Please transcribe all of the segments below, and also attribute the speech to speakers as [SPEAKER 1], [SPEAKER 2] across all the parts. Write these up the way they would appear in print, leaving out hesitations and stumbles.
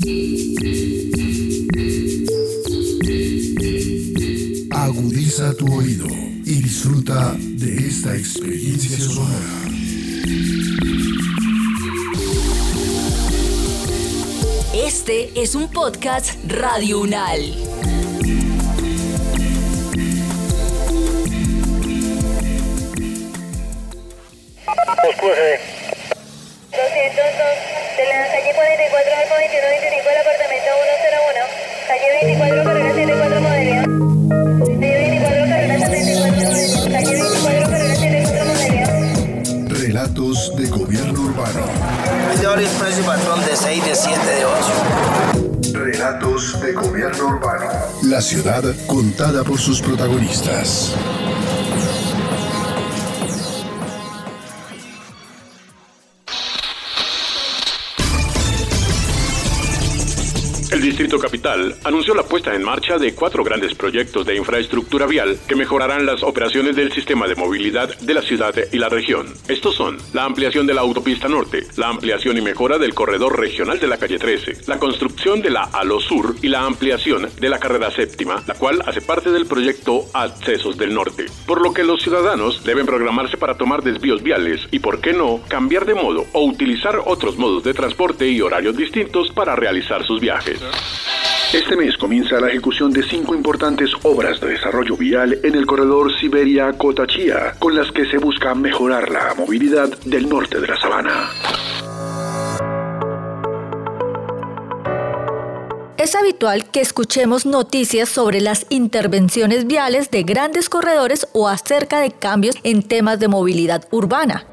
[SPEAKER 1] Agudiza tu oído y disfruta de esta experiencia sonora.
[SPEAKER 2] Este es un podcast Radio Unal.
[SPEAKER 3] Oscure. 202 de la calle 44 Alfa 2125 del apartamento 101. Calle 24 carrera 74 Modelia. Calle 24 carrera 74 Modelia. Calle 24 carrera 74 Modelia.
[SPEAKER 1] Relatos de gobierno urbano.
[SPEAKER 4] De horario expreso y patrón de 6, de 7, de 8.
[SPEAKER 1] Relatos de gobierno urbano. La ciudad contada por sus protagonistas.
[SPEAKER 5] El Distrito Capital anunció la puesta en marcha de 4 grandes proyectos de infraestructura vial que mejorarán las operaciones del sistema de movilidad de la ciudad y la región. Estos son la ampliación de la autopista norte, la ampliación y mejora del corredor regional de la calle 13, la construcción de la Alo Sur y la ampliación de la carrera séptima, la cual hace parte del proyecto Accesos del Norte. Por lo que los ciudadanos deben programarse para tomar desvíos viales y, por qué no, cambiar de modo o utilizar otros modos de transporte y horarios distintos para realizar sus viajes.
[SPEAKER 1] Este mes comienza la ejecución de 5 importantes obras de desarrollo vial en el corredor Siberia-Cotachía, con las que se busca mejorar la movilidad del norte de la sabana.
[SPEAKER 6] Es habitual que escuchemos noticias sobre las intervenciones viales de grandes corredores o acerca de cambios en temas de movilidad urbana.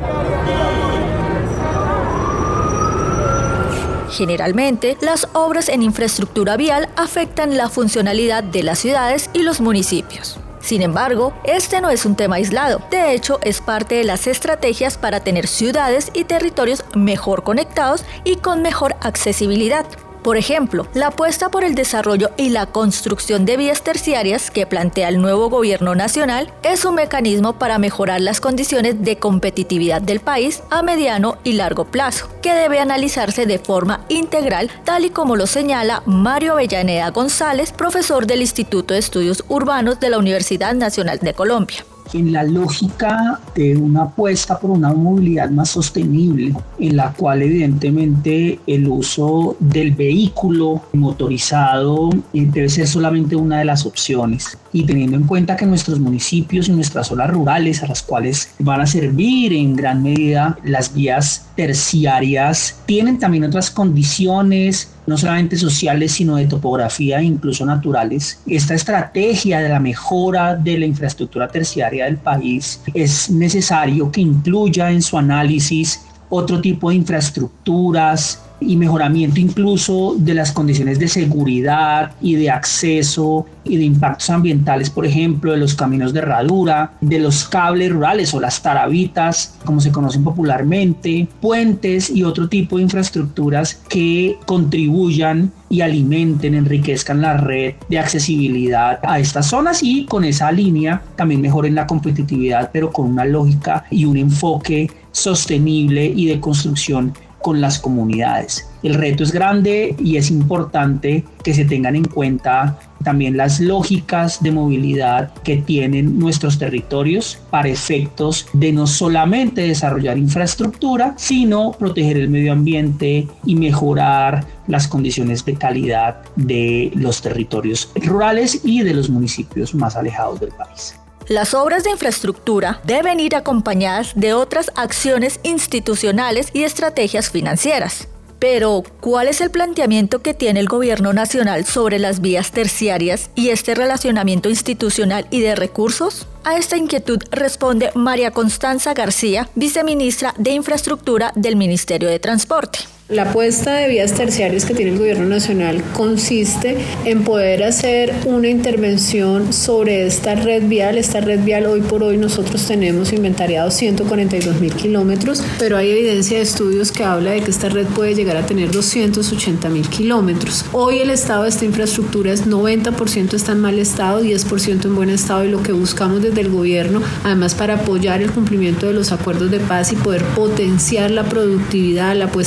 [SPEAKER 6] Generalmente, las obras en infraestructura vial afectan la funcionalidad de las ciudades y los municipios. Sin embargo, este no es un tema aislado. De hecho, es parte de las estrategias para tener ciudades y territorios mejor conectados y con mejor accesibilidad. Por ejemplo, la apuesta por el desarrollo y la construcción de vías terciarias que plantea el nuevo gobierno nacional es un mecanismo para mejorar las condiciones de competitividad del país a mediano y largo plazo, que debe analizarse de forma integral, tal y como lo señala Mario Avellaneda González, profesor del Instituto de Estudios Urbanos de la Universidad Nacional de Colombia.
[SPEAKER 7] En la lógica de una apuesta por una movilidad más sostenible, en la cual evidentemente el uso del vehículo motorizado debe ser solamente una de las opciones, y teniendo en cuenta que nuestros municipios y nuestras zonas rurales, a las cuales van a servir en gran medida las vías terciarias, tienen también otras condiciones, no solamente sociales, sino de topografía e incluso naturales. Esta estrategia de la mejora de la infraestructura terciaria del país es necesario que incluya en su análisis otro tipo de infraestructuras y mejoramiento incluso de las condiciones de seguridad y de acceso y de impactos ambientales, por ejemplo, de los caminos de herradura, de los cables rurales o las tarabitas, como se conocen popularmente, puentes y otro tipo de infraestructuras que contribuyan y alimenten, enriquezcan la red de accesibilidad a estas zonas, y con esa línea también mejoren la competitividad, pero con una lógica y un enfoque sostenible y de construcción con las comunidades. El reto es grande y es importante que se tengan en cuenta también las lógicas de movilidad que tienen nuestros territorios para efectos de no solamente desarrollar infraestructura, sino proteger el medio ambiente y mejorar las condiciones de calidad de los territorios rurales y de los municipios más alejados del país.
[SPEAKER 6] Las obras de infraestructura deben ir acompañadas de otras acciones institucionales y estrategias financieras. Pero, ¿cuál es el planteamiento que tiene el gobierno nacional sobre las vías terciarias y este relacionamiento institucional y de recursos? A esta inquietud responde María Constanza García, viceministra de Infraestructura del Ministerio de Transporte.
[SPEAKER 8] La apuesta de vías terciarias que tiene el gobierno nacional consiste en poder hacer una intervención sobre esta red vial. Esta red vial hoy por hoy nosotros tenemos inventariados 142.000 kilómetros, pero hay evidencia de estudios que habla de que esta red puede llegar a tener 280.000 kilómetros. Hoy el estado de esta infraestructura es 90% está en mal estado, 10% en buen estado, y lo que buscamos desde el gobierno, además para apoyar el cumplimiento de los acuerdos de paz y poder potenciar la productividad, la apuesta turística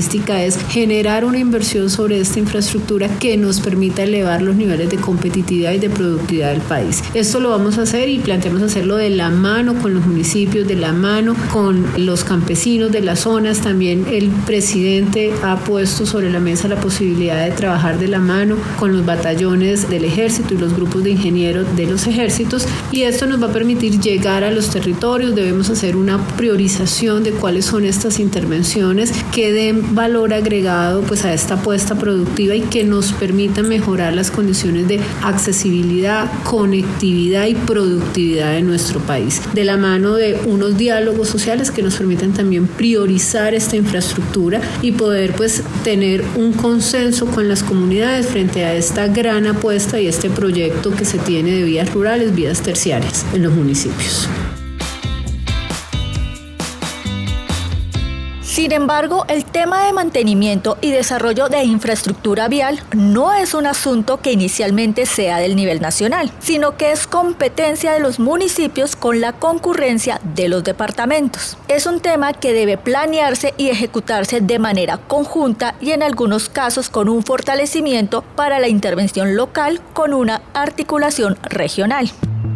[SPEAKER 8] característica es generar una inversión sobre esta infraestructura que nos permita elevar los niveles de competitividad y de productividad del país. Esto lo vamos a hacer y planteamos hacerlo de la mano con los municipios, de la mano con los campesinos de las zonas. También el presidente ha puesto sobre la mesa la posibilidad de trabajar de la mano con los batallones del ejército y los grupos de ingenieros de los ejércitos, y esto nos va a permitir llegar a los territorios. Debemos hacer una priorización de cuáles son estas intervenciones que den valor agregado pues a esta apuesta productiva y que nos permitan mejorar las condiciones de accesibilidad, conectividad y productividad de nuestro país, de la mano de unos diálogos sociales que nos permitan también priorizar esta infraestructura y poder pues tener un consenso con las comunidades frente a esta gran apuesta y este proyecto que se tiene de vías rurales, vías terciarias en los municipios.
[SPEAKER 6] Sin embargo, el tema de mantenimiento y desarrollo de infraestructura vial no es un asunto que inicialmente sea del nivel nacional, sino que es competencia de los municipios con la concurrencia de los departamentos. Es un tema que debe planearse y ejecutarse de manera conjunta y en algunos casos con un fortalecimiento para la intervención local con una articulación regional.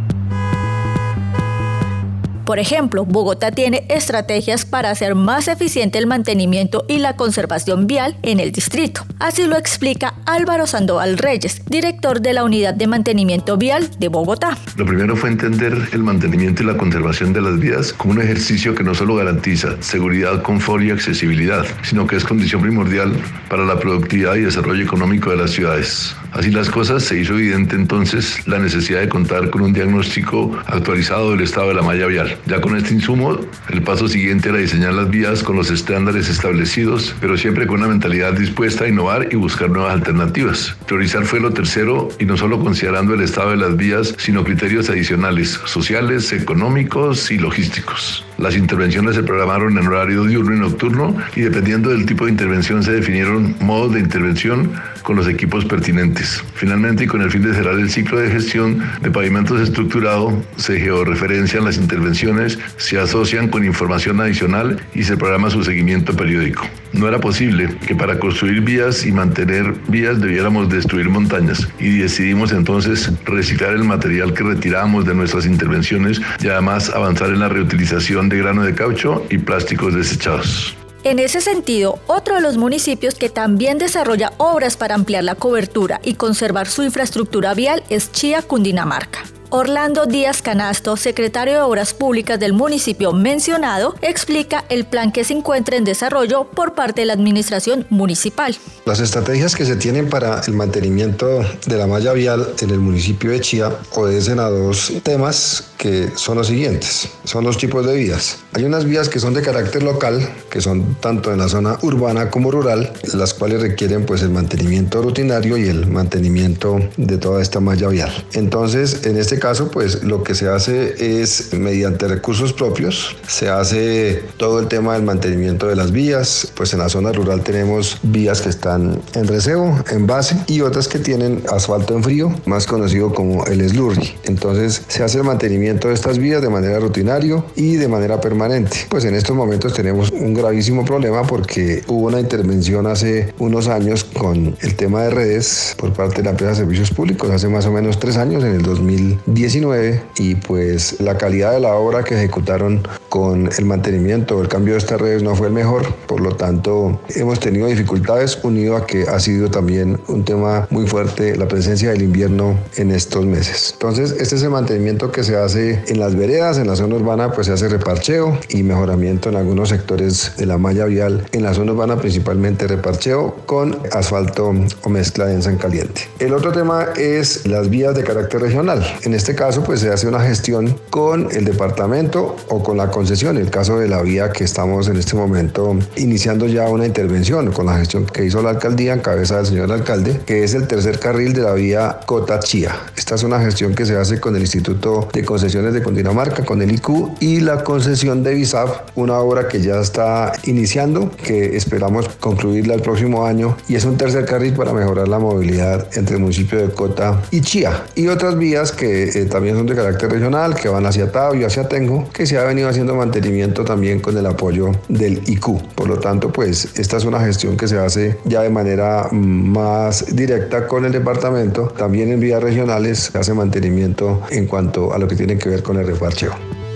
[SPEAKER 6] Por ejemplo, Bogotá tiene estrategias para hacer más eficiente el mantenimiento y la conservación vial en el distrito. Así lo explica Álvaro Sandoval Reyes, director de la Unidad de Mantenimiento Vial de Bogotá.
[SPEAKER 9] Lo primero fue entender el mantenimiento y la conservación de las vías como un ejercicio que no solo garantiza seguridad, confort y accesibilidad, sino que es condición primordial para la productividad y desarrollo económico de las ciudades. Así las cosas, se hizo evidente entonces la necesidad de contar con un diagnóstico actualizado del estado de la malla vial. Ya con este insumo, el paso siguiente era diseñar las vías con los estándares establecidos, pero siempre con una mentalidad dispuesta a innovar y buscar nuevas alternativas. Priorizar fue lo tercero, y no solo considerando el estado de las vías, sino criterios adicionales, sociales, económicos y logísticos. Las intervenciones se programaron en horario diurno y nocturno, y dependiendo del tipo de intervención se definieron modos de intervención con los equipos pertinentes. Finalmente, y con el fin de cerrar el ciclo de gestión de pavimentos estructurado, se georreferencian las intervenciones, se asocian con información adicional y se programa su seguimiento periódico. No era posible que para construir vías y mantener vías debiéramos destruir montañas, y decidimos entonces reciclar el material que retiramos de nuestras intervenciones y además avanzar en la reutilización de grano de caucho y plásticos desechados.
[SPEAKER 6] En ese sentido, otro de los municipios que también desarrolla obras para ampliar la cobertura y conservar su infraestructura vial es Chía, Cundinamarca. Orlando Díaz Canasto, secretario de Obras Públicas del municipio mencionado, explica el plan que se encuentra en desarrollo por parte de la administración municipal.
[SPEAKER 10] Las estrategias que se tienen para el mantenimiento de la malla vial en el municipio de Chía obedecen a dos temas que son los siguientes. Son dos tipos de vías. Hay unas vías que son de carácter local, que son tanto en la zona urbana como rural, las cuales requieren pues el mantenimiento rutinario y el mantenimiento de toda esta malla vial. Entonces, en este caso, pues lo que se hace es mediante recursos propios, se hace todo el tema del mantenimiento de las vías. Pues en la zona rural tenemos vías que están en recebo, en base, y otras que tienen asfalto en frío, más conocido como el slurry. Entonces se hace el mantenimiento de estas vías de manera rutinario y de manera permanente. Pues en estos momentos tenemos un gravísimo problema porque hubo una intervención hace unos años con el tema de redes por parte de la empresa de servicios públicos, hace más o menos 3 años, en el 2019, y pues la calidad de la obra que ejecutaron con el mantenimiento o el cambio de estas redes no fue el mejor. Por lo tanto, hemos tenido dificultades, unido a que ha sido también un tema muy fuerte la presencia del invierno en estos meses. Entonces, este es el mantenimiento que se hace en las veredas. En la zona urbana pues se hace reparcheo y mejoramiento en algunos sectores de la malla vial. En la zona urbana principalmente reparcheo con asfalto o mezcla densa en caliente. El otro tema es las vías de carácter regional. En este caso pues se hace una gestión con el departamento o con la concesión. En el caso de la vía que estamos en este momento iniciando ya una intervención con la gestión que hizo la alcaldía en cabeza del señor alcalde, que es el tercer carril de la vía Cota-Chía. Esta es una gestión que se hace con el Instituto de Concesiones de Cundinamarca, con el IQ, y la concesión de BISAF, una obra que ya está iniciando, que esperamos concluirla el próximo año, y es un tercer carril para mejorar la movilidad entre el municipio de Cota y Chía. Y otras vías que que también son de carácter regional, que van hacia Tabio, hacia Tenjo, que se ha venido haciendo mantenimiento también con el apoyo del IQ. Por lo tanto, pues esta es una gestión que se hace ya de manera más directa con el departamento. También en vías regionales se hace mantenimiento en cuanto a lo que tiene que ver con el reparcheo.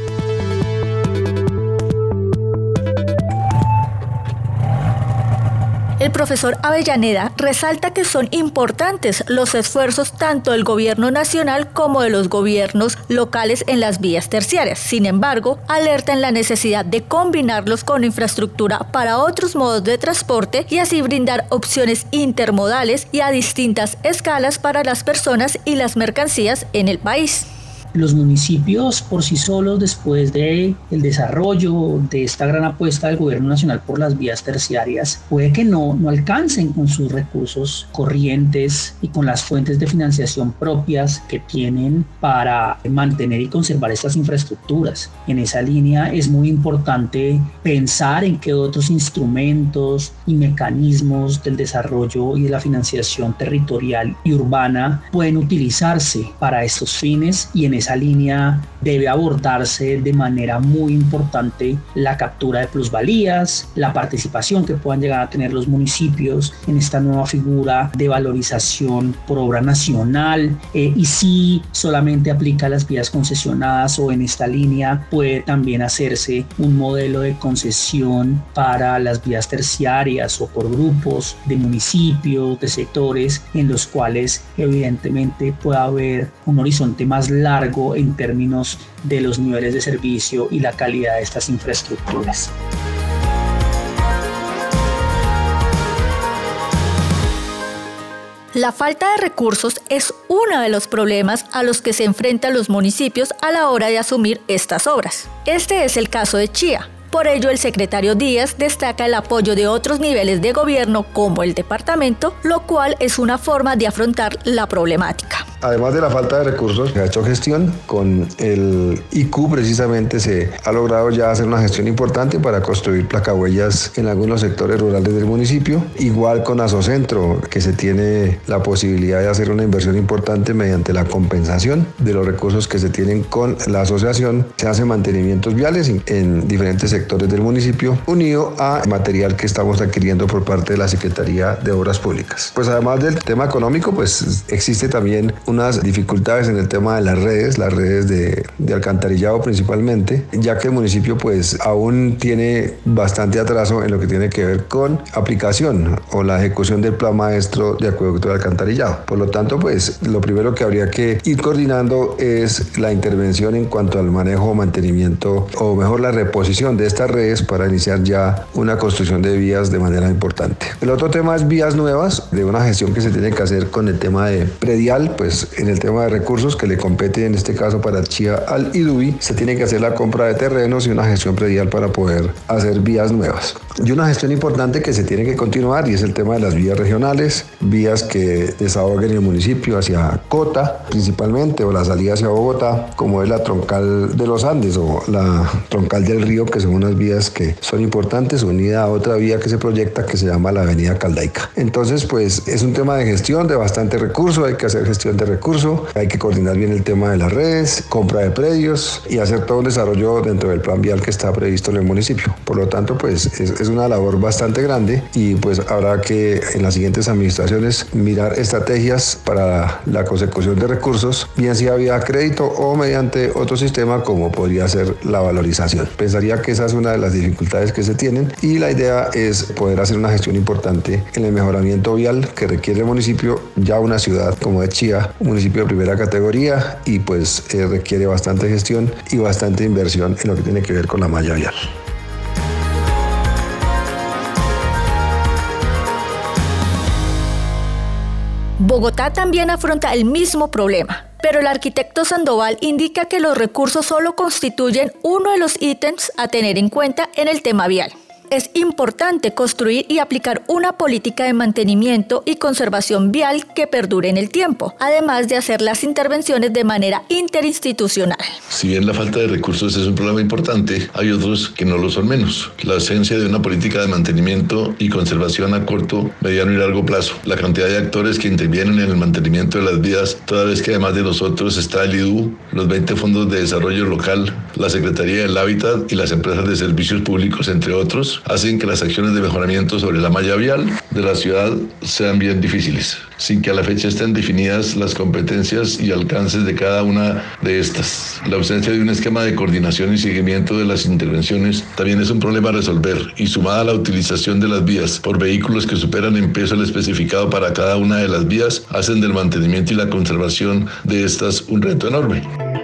[SPEAKER 6] El profesor Avellaneda resalta que son importantes los esfuerzos tanto del gobierno nacional como de los gobiernos locales en las vías terciarias. Sin embargo, alerta en la necesidad de combinarlos con infraestructura para otros modos de transporte y así brindar opciones intermodales y a distintas escalas para las personas y las mercancías en el país.
[SPEAKER 7] Los municipios por sí solos, después del desarrollo de esta gran apuesta del gobierno nacional por las vías terciarias, puede que no alcancen con sus recursos corrientes y con las fuentes de financiación propias que tienen para mantener y conservar estas infraestructuras. En esa línea es muy importante pensar en qué otros instrumentos y mecanismos del desarrollo y de la financiación territorial y urbana pueden utilizarse para estos fines, y en esa línea debe abordarse de manera muy importante la captura de plusvalías, la participación que puedan llegar a tener los municipios en esta nueva figura de valorización por obra nacional, y si solamente aplica a las vías concesionadas o en esta línea puede también hacerse un modelo de concesión para las vías terciarias o por grupos de municipios, de sectores en los cuales evidentemente pueda haber un horizonte más largo en términos de los niveles de servicio y la calidad de estas infraestructuras.
[SPEAKER 6] La falta de recursos es uno de los problemas a los que se enfrentan los municipios a la hora de asumir estas obras. Este es el caso de Chía. Por ello, el secretario Díaz destaca el apoyo de otros niveles de gobierno como el departamento, lo cual es una forma de afrontar la problemática.
[SPEAKER 10] Además de la falta de recursos, se ha hecho gestión con el IQ. Precisamente se ha logrado ya hacer una gestión importante para construir placahuellas en algunos sectores rurales del municipio. Igual con Asocentro, que se tiene la posibilidad de hacer una inversión importante mediante la compensación de los recursos que se tienen con la asociación. Se hacen mantenimientos viales en diferentes sectores del municipio, unido a material que estamos adquiriendo por parte de la Secretaría de Obras Públicas. Pues además del tema económico, pues existe también unas dificultades en el tema de las redes de alcantarillado principalmente, ya que el municipio pues aún tiene bastante atraso en lo que tiene que ver con aplicación o la ejecución del plan maestro de acueducto de alcantarillado. Por lo tanto, pues lo primero que habría que ir coordinando es la intervención en cuanto al manejo o mantenimiento, o mejor la reposición de estas redes para iniciar ya una construcción de vías de manera importante. El otro tema es vías nuevas, de una gestión que se tiene que hacer con el tema de predial. Pues en el tema de recursos que le compete en este caso para Chía al IDUBI, se tiene que hacer la compra de terrenos y una gestión predial para poder hacer vías nuevas. Y una gestión importante que se tiene que continuar, y es el tema de las vías regionales, vías que desahoguen el municipio hacia Cota principalmente, o la salida hacia Bogotá, como es la troncal de los Andes o la troncal del río, que son unas vías que son importantes, unida a otra vía que se proyecta que se llama la avenida Caldaica. Entonces pues es un tema de gestión de bastante recurso, hay que hacer gestión de recursos, hay que coordinar bien el tema de las redes, compra de predios y hacer todo un desarrollo dentro del plan vial que está previsto en el municipio. Por lo tanto, pues es una labor bastante grande, y pues habrá que en las siguientes administraciones mirar estrategias para la consecución de recursos, bien sea vía crédito o mediante otro sistema como podría ser la valorización. Pensaría que esa es una de las dificultades que se tienen, y la idea es poder hacer una gestión importante en el mejoramiento vial que requiere el municipio, ya una ciudad como es Chía, un municipio de primera categoría, y pues requiere bastante gestión y bastante inversión en lo que tiene que ver con la malla vial.
[SPEAKER 6] Bogotá también afronta el mismo problema, pero el arquitecto Sandoval indica que los recursos solo constituyen uno de los ítems a tener en cuenta en el tema vial. Es importante construir y aplicar una política de mantenimiento y conservación vial que perdure en el tiempo, además de hacer las intervenciones de manera interinstitucional.
[SPEAKER 9] Si bien la falta de recursos es un problema importante, hay otros que no lo son menos. La ausencia de una política de mantenimiento y conservación a corto, mediano y largo plazo. La cantidad de actores que intervienen en el mantenimiento de las vías, toda vez que además de nosotros está el IDU, los 20 fondos de desarrollo local, la Secretaría del Hábitat y las empresas de servicios públicos, entre otros, hacen que las acciones de mejoramiento sobre la malla vial de la ciudad sean bien difíciles, sin que a la fecha estén definidas las competencias y alcances de cada una de estas. La ausencia de un esquema de coordinación y seguimiento de las intervenciones también es un problema a resolver, y sumada a la utilización de las vías por vehículos que superan en peso el especificado para cada una de las vías, hacen del mantenimiento y la conservación de estas un reto enorme.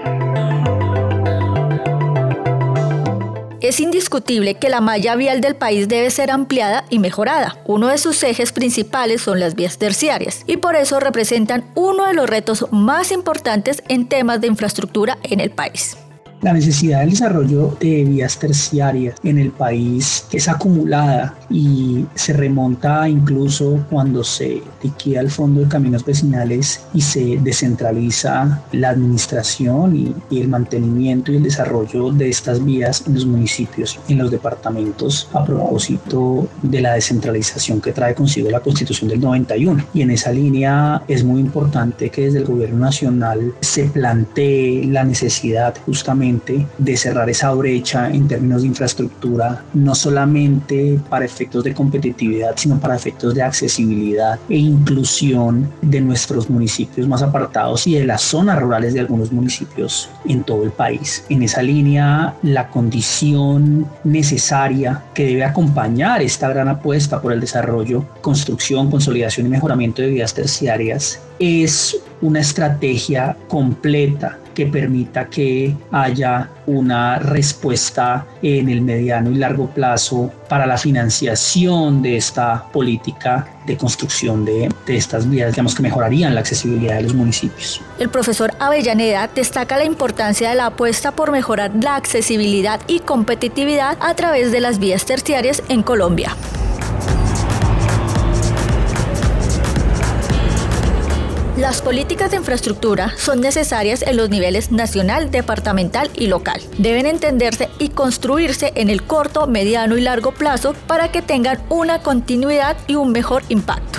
[SPEAKER 6] Es indiscutible que la malla vial del país debe ser ampliada y mejorada. Uno de sus ejes principales son las vías terciarias y por eso representan uno de los retos más importantes en temas de infraestructura en el país.
[SPEAKER 7] La necesidad del desarrollo de vías terciarias en el país es acumulada y se remonta incluso cuando se liquida el Fondo de Caminos Vecinales y se descentraliza la administración y el mantenimiento y el desarrollo de estas vías en los municipios, en los departamentos, a propósito de la descentralización que trae consigo la Constitución del 91. Y en esa línea es muy importante que desde el Gobierno Nacional se plantee la necesidad justamente de cerrar esa brecha en términos de infraestructura, no solamente para efectos de competitividad, sino para efectos de accesibilidad e inclusión de nuestros municipios más apartados y de las zonas rurales de algunos municipios en todo el país. En esa línea, la condición necesaria que debe acompañar esta gran apuesta por el desarrollo, construcción, consolidación y mejoramiento de vías terciarias es una estrategia completa que permita que haya una respuesta en el mediano y largo plazo para la financiación de esta política de construcción de estas vías, digamos, que mejorarían la accesibilidad de los municipios.
[SPEAKER 6] El profesor Avellaneda destaca la importancia de la apuesta por mejorar la accesibilidad y competitividad a través de las vías terciarias en Colombia. Las políticas de infraestructura son necesarias en los niveles nacional, departamental y local. Deben entenderse y construirse en el corto, mediano y largo plazo para que tengan una continuidad y un mejor impacto.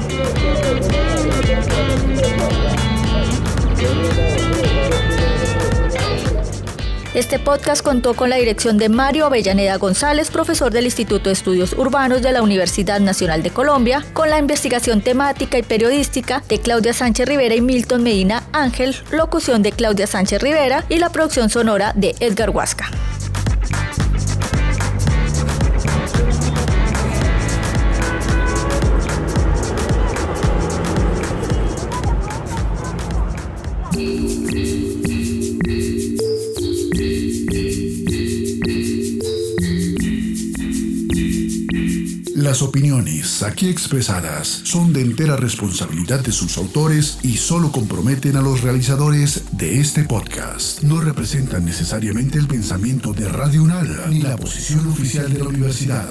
[SPEAKER 6] Este podcast contó con la dirección de Mario Avellaneda González, profesor del Instituto de Estudios Urbanos de la Universidad Nacional de Colombia, con la investigación temática y periodística de Claudia Sánchez Rivera y Milton Medina Ángel, locución de Claudia Sánchez Rivera y la producción sonora de Edgar Huasca.
[SPEAKER 11] Las opiniones aquí expresadas son de entera responsabilidad de sus autores y solo comprometen a los realizadores de este podcast. No representan necesariamente el pensamiento de Radio UNAL ni la posición oficial de la universidad.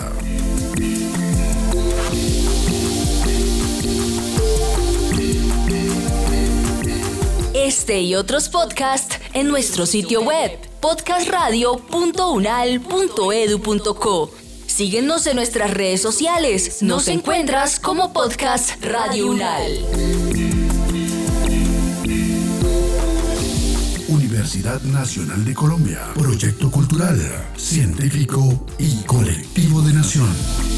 [SPEAKER 2] Este y otros podcasts en nuestro sitio web podcastradio.unal.edu.co. Síguenos en nuestras redes sociales. Nos encuentras como Podcast Radio UNAL.
[SPEAKER 11] Universidad Nacional de Colombia. Proyecto cultural, científico y colectivo de nación.